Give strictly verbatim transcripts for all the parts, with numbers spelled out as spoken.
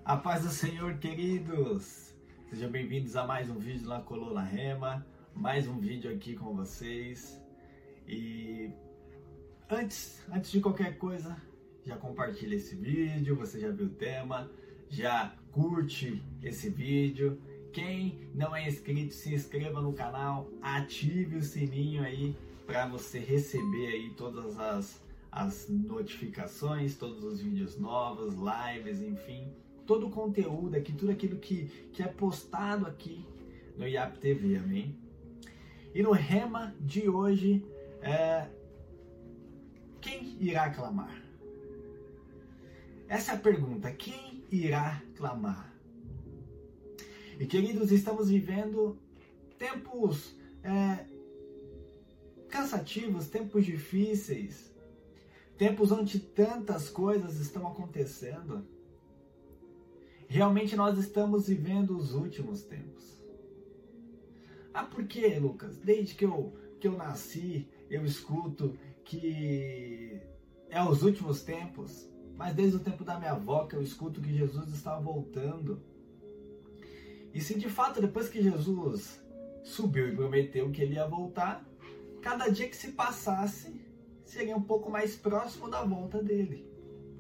A paz do Senhor, queridos! Sejam bem-vindos a mais um vídeo na Coluna Rema, mais um vídeo aqui com vocês. E antes, antes de qualquer coisa, já compartilha esse vídeo, você já viu o tema, já curte esse vídeo. Quem não é inscrito, se inscreva no canal, ative o sininho aí para você receber aí todas as, as notificações, todos os vídeos novos, lives, enfim. Todo o conteúdo aqui, tudo aquilo que, que é postado aqui no I A P T V, amém? E no Rema de hoje, é... quem irá clamar? Essa é a pergunta, quem irá clamar? E queridos, estamos vivendo tempos é, cansativos, tempos difíceis, tempos onde tantas coisas estão acontecendo. Realmente nós estamos vivendo os últimos tempos. Ah, por quê, Lucas? Desde que eu, que eu nasci, eu escuto que é os últimos tempos, mas desde o tempo da minha avó que eu escuto que Jesus está voltando. E se de fato depois que Jesus subiu e prometeu que ele ia voltar, cada dia que se passasse seria um pouco mais próximo da volta dele.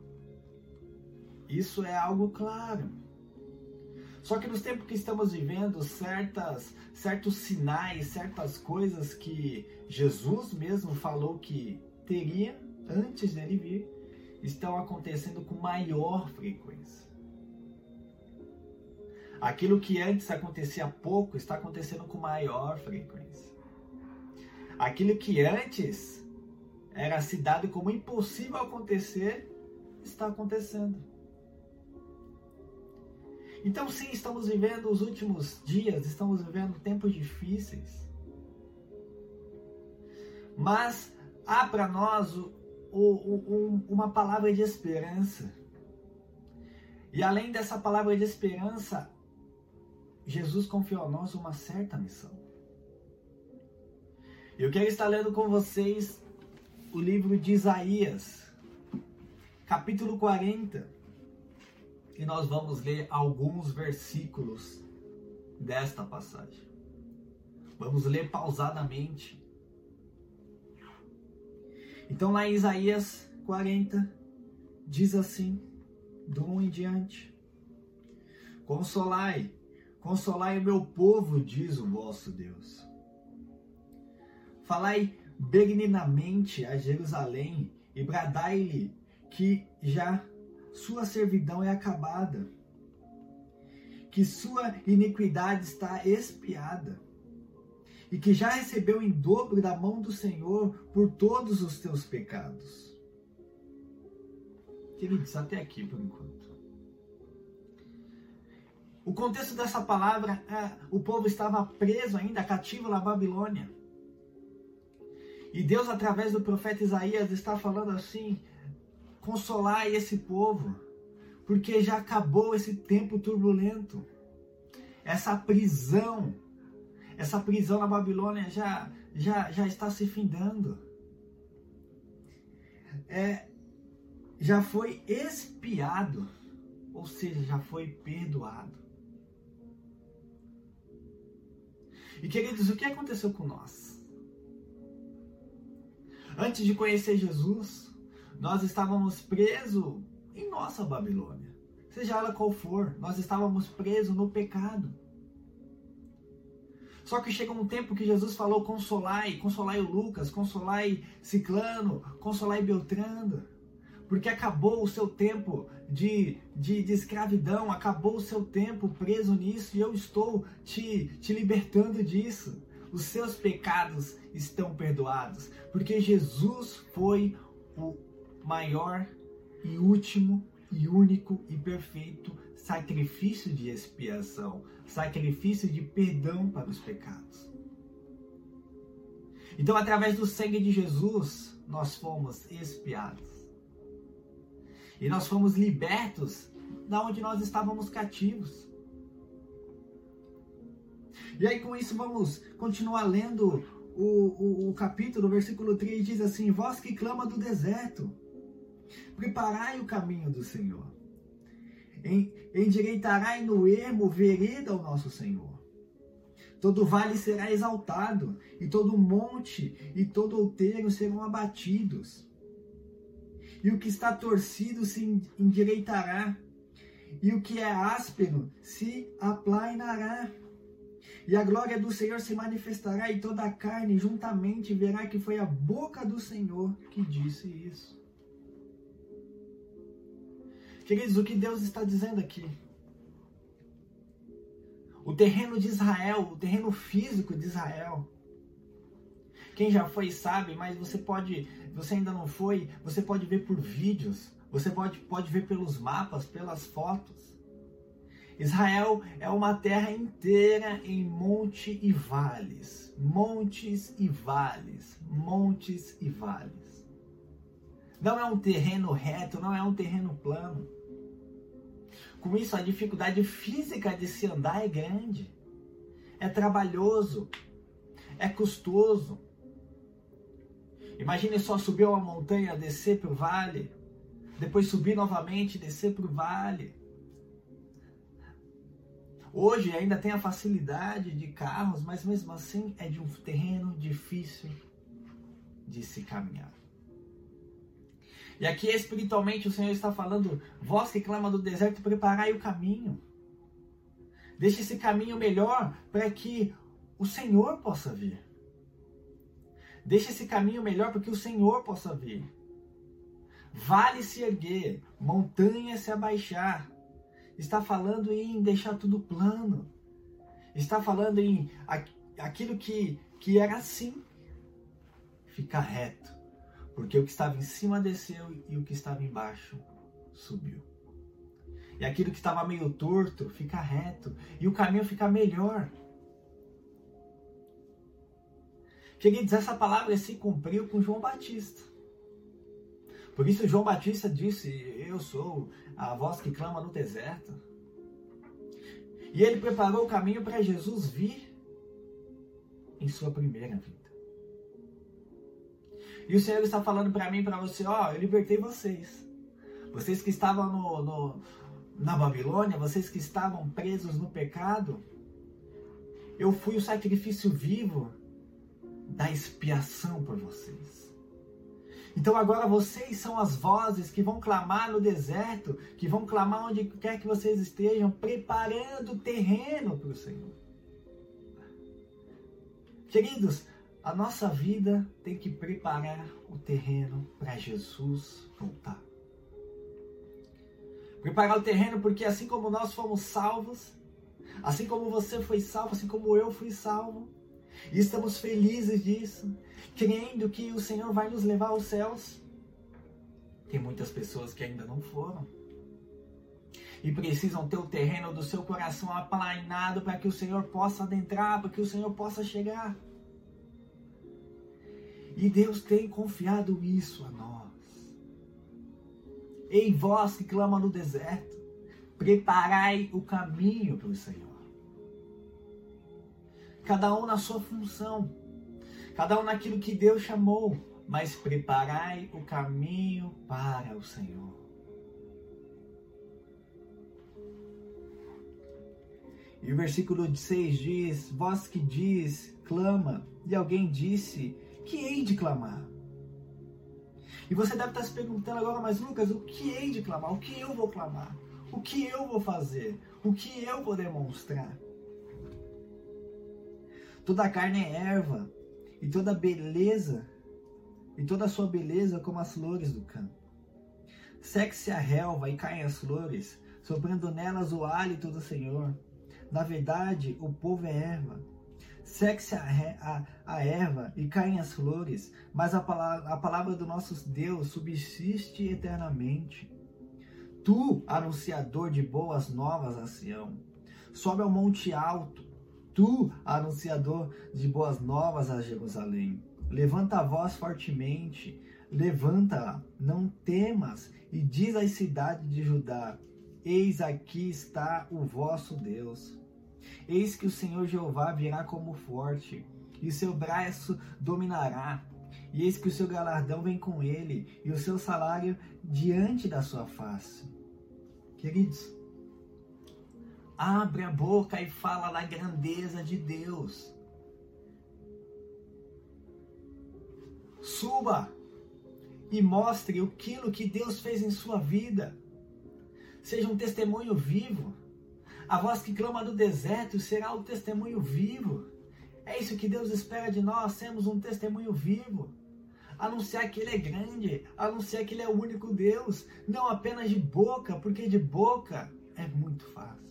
Isso é algo claro. Só que nos tempos que estamos vivendo, certas, certos sinais, certas coisas que Jesus mesmo falou que teria antes dele vir, estão acontecendo com maior frequência. Aquilo que antes acontecia pouco, está acontecendo com maior frequência. Aquilo que antes era se dado como impossível acontecer, está acontecendo. Então sim, estamos vivendo os últimos dias, estamos vivendo tempos difíceis. Mas há para nós o, o, o, uma palavra de esperança. E além dessa palavra de esperança, Jesus confiou a nós uma certa missão. Eu quero estar lendo com vocês o livro de Isaías, capítulo quarenta. E nós vamos ler alguns versículos desta passagem. Vamos ler pausadamente. Então lá em Isaías quarenta, diz assim, do um em diante: Consolai, consolai o meu povo, diz o vosso Deus. Falai benignamente a Jerusalém e bradai-lhe que já sua servidão é acabada, que sua iniquidade está expiada, e que já recebeu em dobro da mão do Senhor por todos os teus pecados. Queridos, até aqui por enquanto. O contexto dessa palavra é: o povo estava preso ainda, cativo na Babilônia. E Deus, através do profeta Isaías, está falando assim: consolar esse povo, porque já acabou esse tempo turbulento. Essa prisão, essa prisão na Babilônia já, já, já está se findando. É, já foi expiado, ou seja, já foi perdoado. E queridos, o que aconteceu com nós? Antes de conhecer Jesus, nós estávamos presos em nossa Babilônia. Seja ela qual for, nós estávamos presos no pecado. Só que chega um tempo que Jesus falou: consolai, consolai o Lucas, consolai Ciclano, consolai Beltrano. Porque acabou o seu tempo de, de, de escravidão, acabou o seu tempo preso nisso, e eu estou te, te libertando disso. Os seus pecados estão perdoados, porque Jesus foi o maior e último e único e perfeito sacrifício de expiação, sacrifício de perdão para os pecados. Então, através do sangue de Jesus, nós fomos expiados. E nós fomos libertos da onde nós estávamos cativos. E aí com isso vamos continuar lendo o, o, o capítulo, o versículo três diz assim: vós que clama do deserto, preparai o caminho do Senhor. endireitará no ermo vereda ao nosso Senhor. Todo vale será exaltado, e todo monte e todo outeiro serão abatidos. E o que está torcido se endireitará, e o que é áspero se aplainará. E a glória do Senhor se manifestará, e toda a carne juntamente verá que foi a boca do Senhor que disse isso. Queridos, o que Deus está dizendo aqui? O terreno de Israel, o terreno físico de Israel. Quem já foi sabe, mas você pode, você ainda não foi, você pode ver por vídeos, você pode, pode ver pelos mapas, pelas fotos. Israel é uma terra inteira em monte e vales, montes e vales, montes e vales. Não é um terreno reto, não é um terreno plano. Com isso, a dificuldade física de se andar é grande. É trabalhoso, é custoso. Imagine só subir uma montanha, descer para o vale, depois subir novamente, descer para o vale. Hoje ainda tem a facilidade de carros, mas mesmo assim é de um terreno difícil de se caminhar. E aqui espiritualmente o Senhor está falando: vós que clama do deserto, preparai o caminho. Deixe esse caminho melhor para que o Senhor possa vir. Deixe esse caminho melhor para que o Senhor possa vir. Vale se erguer, montanha se abaixar. Está falando em deixar tudo plano. Está falando em aquilo que, que era assim, ficar reto. Porque o que estava em cima desceu e o que estava embaixo subiu. E aquilo que estava meio torto fica reto. E o caminho fica melhor. Queridos, essa palavra se cumpriu com João Batista. Por isso João Batista disse: eu sou a voz que clama no deserto. E ele preparou o caminho para Jesus vir em sua primeira vida. E o Senhor está falando para mim e para você: ó, eu libertei vocês. Vocês que estavam no, no, na Babilônia, vocês que estavam presos no pecado, eu fui o sacrifício vivo da expiação por vocês. Então agora vocês são as vozes que vão clamar no deserto, que vão clamar onde quer que vocês estejam, preparando o terreno para o Senhor. Queridos, a nossa vida tem que preparar o terreno para Jesus voltar. Preparar o terreno porque assim como nós fomos salvos, assim como você foi salvo, assim como eu fui salvo, e estamos felizes disso, crendo que o Senhor vai nos levar aos céus. Tem muitas pessoas que ainda não foram. E precisam ter o terreno do seu coração aplainado para que o Senhor possa adentrar, para que o Senhor possa chegar. E Deus tem confiado isso a nós. Ei, vós que clama no deserto, preparai o caminho para o Senhor. Cada um na sua função, cada um naquilo que Deus chamou, mas preparai o caminho para o Senhor. E o versículo seis diz: vós que diz, clama, e alguém disse, que hei de clamar? E você deve estar se perguntando agora: mas Lucas, o que hei de clamar? O que eu vou clamar? O que eu vou fazer? O que eu vou demonstrar? Toda a carne é erva, e toda beleza, e toda a sua beleza como as flores do campo. Seque-se a relva e caem as flores, soprando nelas o hálito do Senhor. Na verdade, o povo é erva. Seque-se a, a, a erva e caem as flores, mas a palavra, a palavra do nosso Deus subsiste eternamente. Tu, anunciador de boas novas a Sião, sobe ao monte alto. Tu, anunciador de boas novas a Jerusalém, levanta a voz fortemente, levanta-a, não temas, e diz às cidades de Judá: eis aqui está o vosso Deus. Eis que o Senhor Jeová virá como forte, e o seu braço dominará. E eis que o seu galardão vem com ele, e o seu salário diante da sua face. Queridos, Abre a boca e fala da grandeza de Deus. Suba e mostre aquilo que Deus fez em sua vida. Seja um testemunho vivo. A voz que clama do deserto será o testemunho vivo. É isso que Deus espera de nós, sermos um testemunho vivo. Anunciar que Ele é grande, anunciar que Ele é o único Deus, não apenas de boca, porque de boca é muito fácil.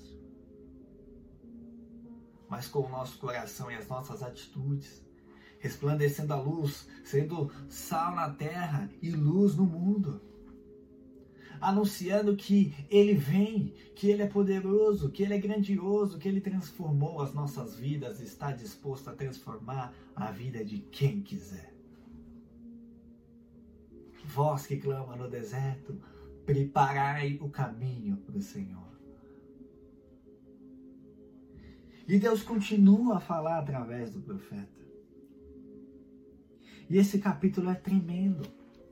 Mas com o nosso coração e as nossas atitudes, resplandecendo a luz, sendo sal na terra e luz no mundo. Anunciando que Ele vem, que Ele é poderoso, que Ele é grandioso, que Ele transformou as nossas vidas e está disposto a transformar a vida de quem quiser. Vós que clama no deserto, preparai o caminho para o Senhor. E Deus continua a falar através do profeta. E esse capítulo é tremendo.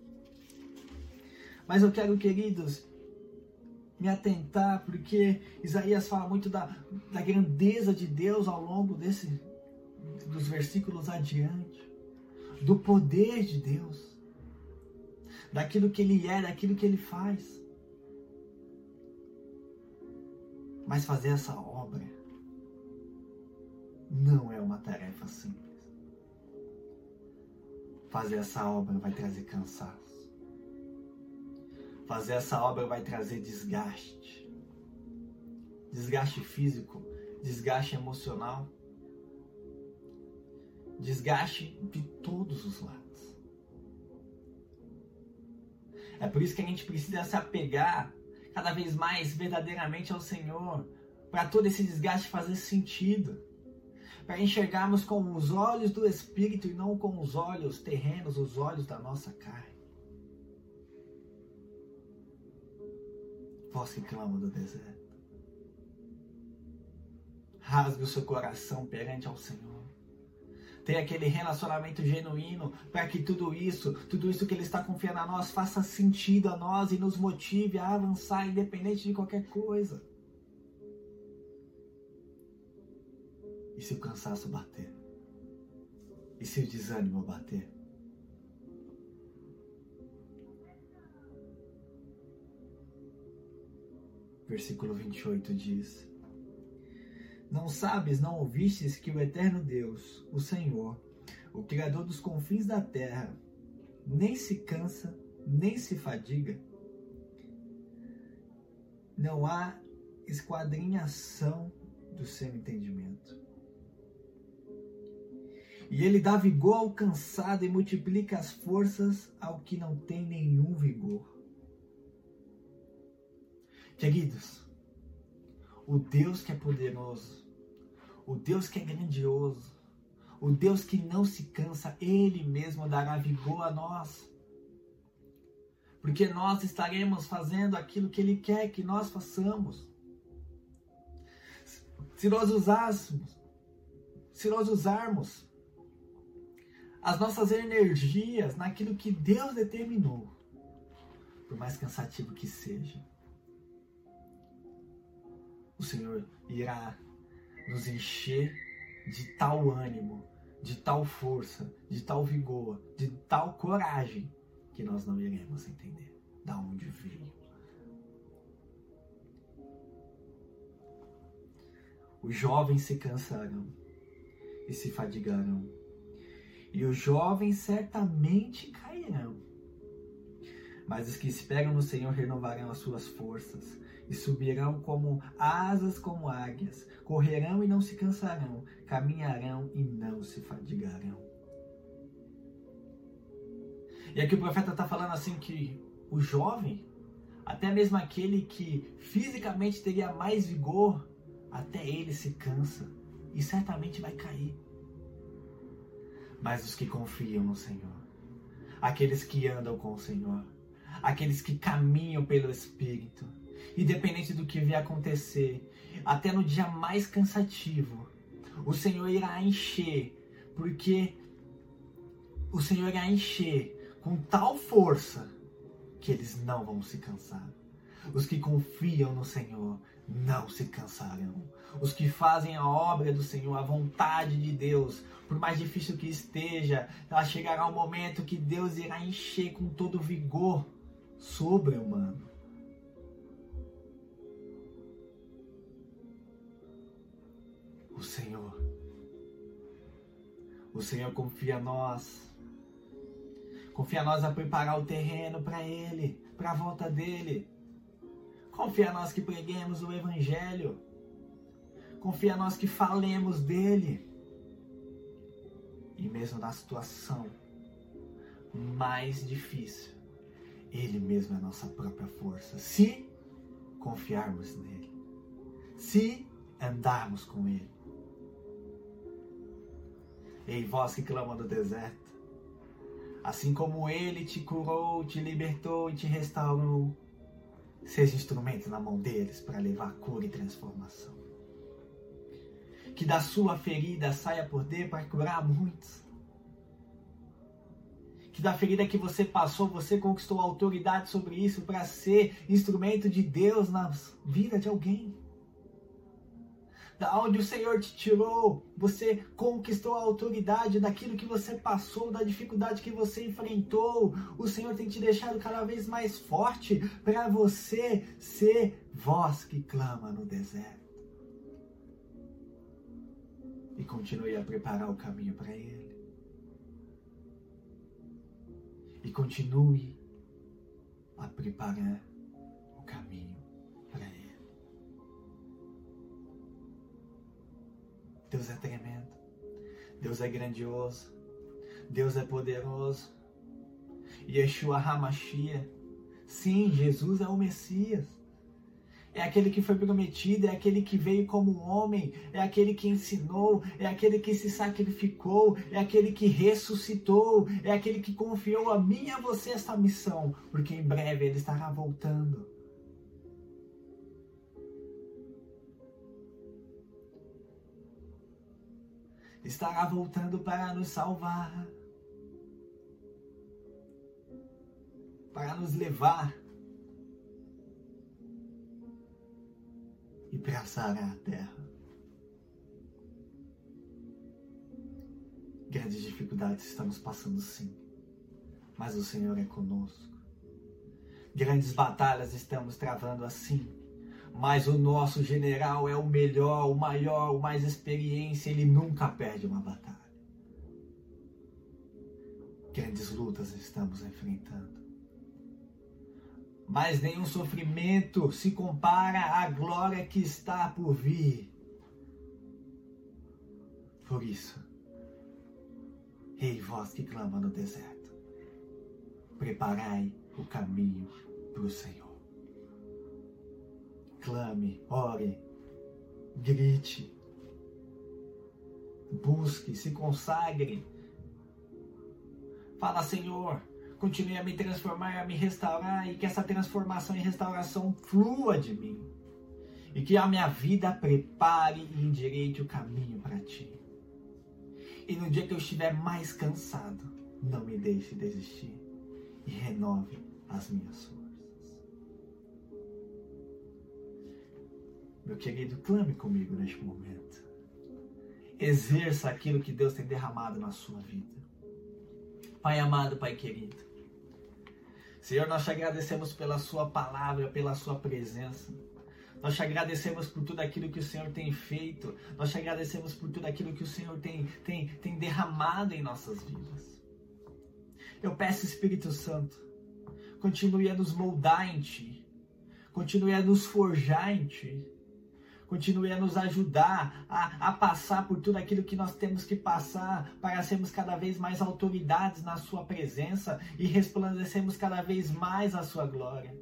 Mas eu quero, queridos, me atentar, porque Isaías fala muito da, da grandeza de Deus ao longo desse, dos versículos adiante. Do poder de Deus. Daquilo que Ele é, daquilo que Ele faz. Mas fazer essa obra não é uma tarefa simples. Fazer essa obra vai trazer cansaço. Fazer essa obra vai trazer desgaste. Desgaste físico, desgaste emocional, desgaste de todos os lados. É por isso que a gente precisa se apegar cada vez mais verdadeiramente ao Senhor, para todo esse desgaste fazer sentido. Para enxergarmos com os olhos do Espírito e não com os olhos terrenos, os olhos da nossa carne. Vós que clamam do deserto, rasgue o seu coração perante ao Senhor. Tenha aquele relacionamento genuíno para que tudo isso, tudo isso que Ele está confiando a nós faça sentido a nós e nos motive a avançar independente de qualquer coisa. E se o cansaço bater? E se o desânimo bater? Versículo vinte e oito diz: Não sabes, não ouvistes que o eterno Deus, o Senhor, o Criador dos confins da terra, nem se cansa, nem se fadiga? Não há esquadrinhação do seu entendimento. E Ele dá vigor ao cansado e multiplica as forças ao que não tem nenhum vigor. Queridos, o Deus que é poderoso, o Deus que é grandioso, o Deus que não se cansa, Ele mesmo dará vigor a nós. Porque nós estaremos fazendo aquilo que Ele quer que nós façamos. Se nós usássemos, se nós usarmos as nossas energias naquilo que Deus determinou, por mais cansativo que seja, o Senhor irá nos encher de tal ânimo, de tal força, de tal vigor, de tal coragem, que nós não iremos entender de onde veio. Os jovens se cansarão e se fadigarão, e os jovens certamente cairão. Mas os que esperam no Senhor renovarão as suas forças, e subirão como asas como águias, correrão e não se cansarão, caminharão e não se fadigarão. E aqui o profeta está falando assim que o jovem, até mesmo aquele que fisicamente teria mais vigor, até ele se cansa e certamente vai cair. Mas os que confiam no Senhor, aqueles que andam com o Senhor, aqueles que caminham pelo Espírito, independente do que vier acontecer, até no dia mais cansativo, o Senhor irá encher, porque o Senhor irá encher com tal força que eles não vão se cansar. Os que confiam no Senhor não se cansarão. Os que fazem a obra do Senhor, a vontade de Deus, por mais difícil que esteja, ela chegará um momento que Deus irá encher com todo vigor sobre-humano. O Senhor, o Senhor confia a nós, confia a nós a preparar o terreno para Ele, para a volta dEle. Confia a nós que preguemos o Evangelho. Confia a nós que falemos dEle. E mesmo na situação mais difícil, Ele mesmo é a nossa própria força. Se confiarmos nele. Se andarmos com Ele. Ei, vós que clamam no deserto, assim como Ele te curou, te libertou e te restaurou, seja instrumento na mão deles para levar cura e transformação. Que da sua ferida saia poder para curar muitos. Que da ferida que você passou, você conquistou autoridade sobre isso para ser instrumento de Deus na vida de alguém. Da onde o Senhor te tirou, você conquistou a autoridade daquilo que você passou, da dificuldade que você enfrentou. O Senhor tem te deixado cada vez mais forte para você ser voz que clama no deserto. E continue a preparar o caminho para Ele. E continue a preparar o caminho para Ele. Deus é tremendo. Deus é grandioso. Deus é poderoso. Yeshua HaMashiach. Sim, Jesus é o Messias. É aquele que foi prometido, é aquele que veio como homem, é aquele que ensinou, é aquele que se sacrificou, é aquele que ressuscitou, é aquele que confiou a mim e a você esta missão, porque em breve Ele estará voltando. Estará voltando para nos salvar, para nos levar e para sarar a terra. Grandes dificuldades estamos passando, sim, mas o Senhor é conosco. Grandes batalhas estamos travando, assim, mas o nosso general é o melhor, o maior, o mais experiente. Ele nunca perde uma batalha. Grandes lutas estamos enfrentando, mas nenhum sofrimento se compara à glória que está por vir. Por isso, ei, vós que clama no deserto, preparai o caminho para o Senhor. Clame, ore, grite, busque, se consagre. Fala, Senhor, continue a me transformar, a me restaurar, e que essa transformação e restauração flua de mim. E que a minha vida prepare e endireite o caminho para Ti. E no dia que eu estiver mais cansado, não me deixe desistir e renove as minhas forças. Meu querido, clame comigo neste momento. Exerça aquilo que Deus tem derramado na sua vida. Pai amado, Pai querido, Senhor, nós te agradecemos pela sua palavra, pela sua presença. Nós te agradecemos por tudo aquilo que o Senhor tem feito. Nós te agradecemos por tudo aquilo que o Senhor tem, tem, tem derramado em nossas vidas. Eu peço, Espírito Santo, continue a nos moldar em Ti. Continue a nos forjar em Ti. Continue a nos ajudar a, a passar por tudo aquilo que nós temos que passar para sermos cada vez mais autoridades na sua presença e resplandecermos cada vez mais a sua glória.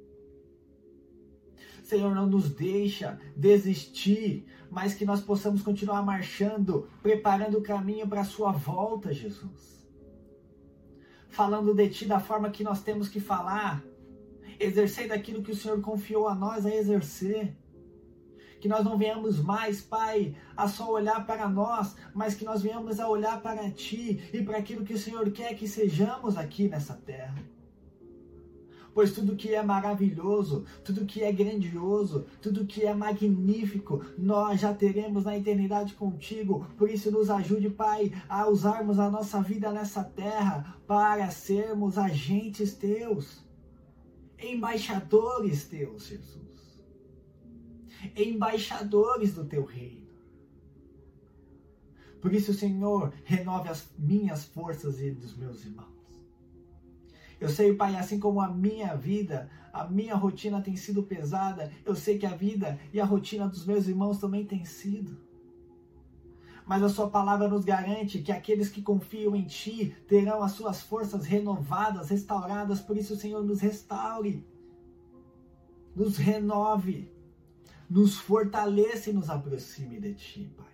Senhor, não nos deixa desistir, mas que nós possamos continuar marchando, preparando o caminho para a sua volta, Jesus. Falando de Ti da forma que nós temos que falar, exercendo aquilo que o Senhor confiou a nós a exercer. Que nós não venhamos mais, Pai, a só olhar para nós, mas que nós venhamos a olhar para Ti e para aquilo que o Senhor quer que sejamos aqui nessa terra. Pois tudo que é maravilhoso, tudo que é grandioso, tudo que é magnífico, nós já teremos na eternidade contigo. Por isso nos ajude, Pai, a usarmos a nossa vida nessa terra para sermos agentes teus, embaixadores teus, Jesus. Embaixadores do teu reino. Por isso, Senhor, renove as minhas forças e dos meus irmãos. Eu sei, Pai, assim como a minha vida, a minha rotina tem sido pesada, eu sei que a vida e a rotina dos meus irmãos também tem sido. Mas a sua palavra nos garante que aqueles que confiam em Ti terão as suas forças renovadas, restauradas. Por isso, Senhor, nos restaure, nos renove, nos fortaleça e nos aproxime de Ti, Pai.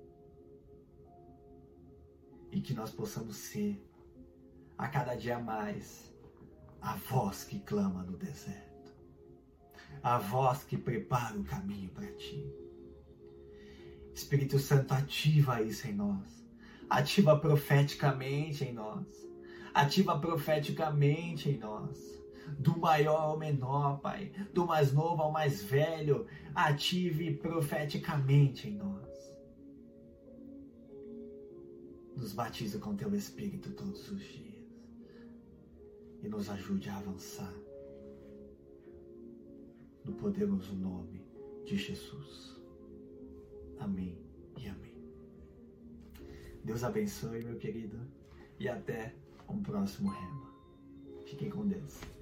E que nós possamos ser, a cada dia mais, a voz que clama no deserto. A voz que prepara o caminho para Ti. Espírito Santo, ativa isso em nós. Ativa profeticamente em nós. Ativa profeticamente em nós. Do maior ao menor, Pai. Do mais novo ao mais velho. Ative profeticamente em nós. Nos batiza com Teu Espírito todos os dias. E nos ajude a avançar no poderoso nome de Jesus. Amém e amém. Deus abençoe, meu querido, e até um próximo Rema. Fiquem com Deus.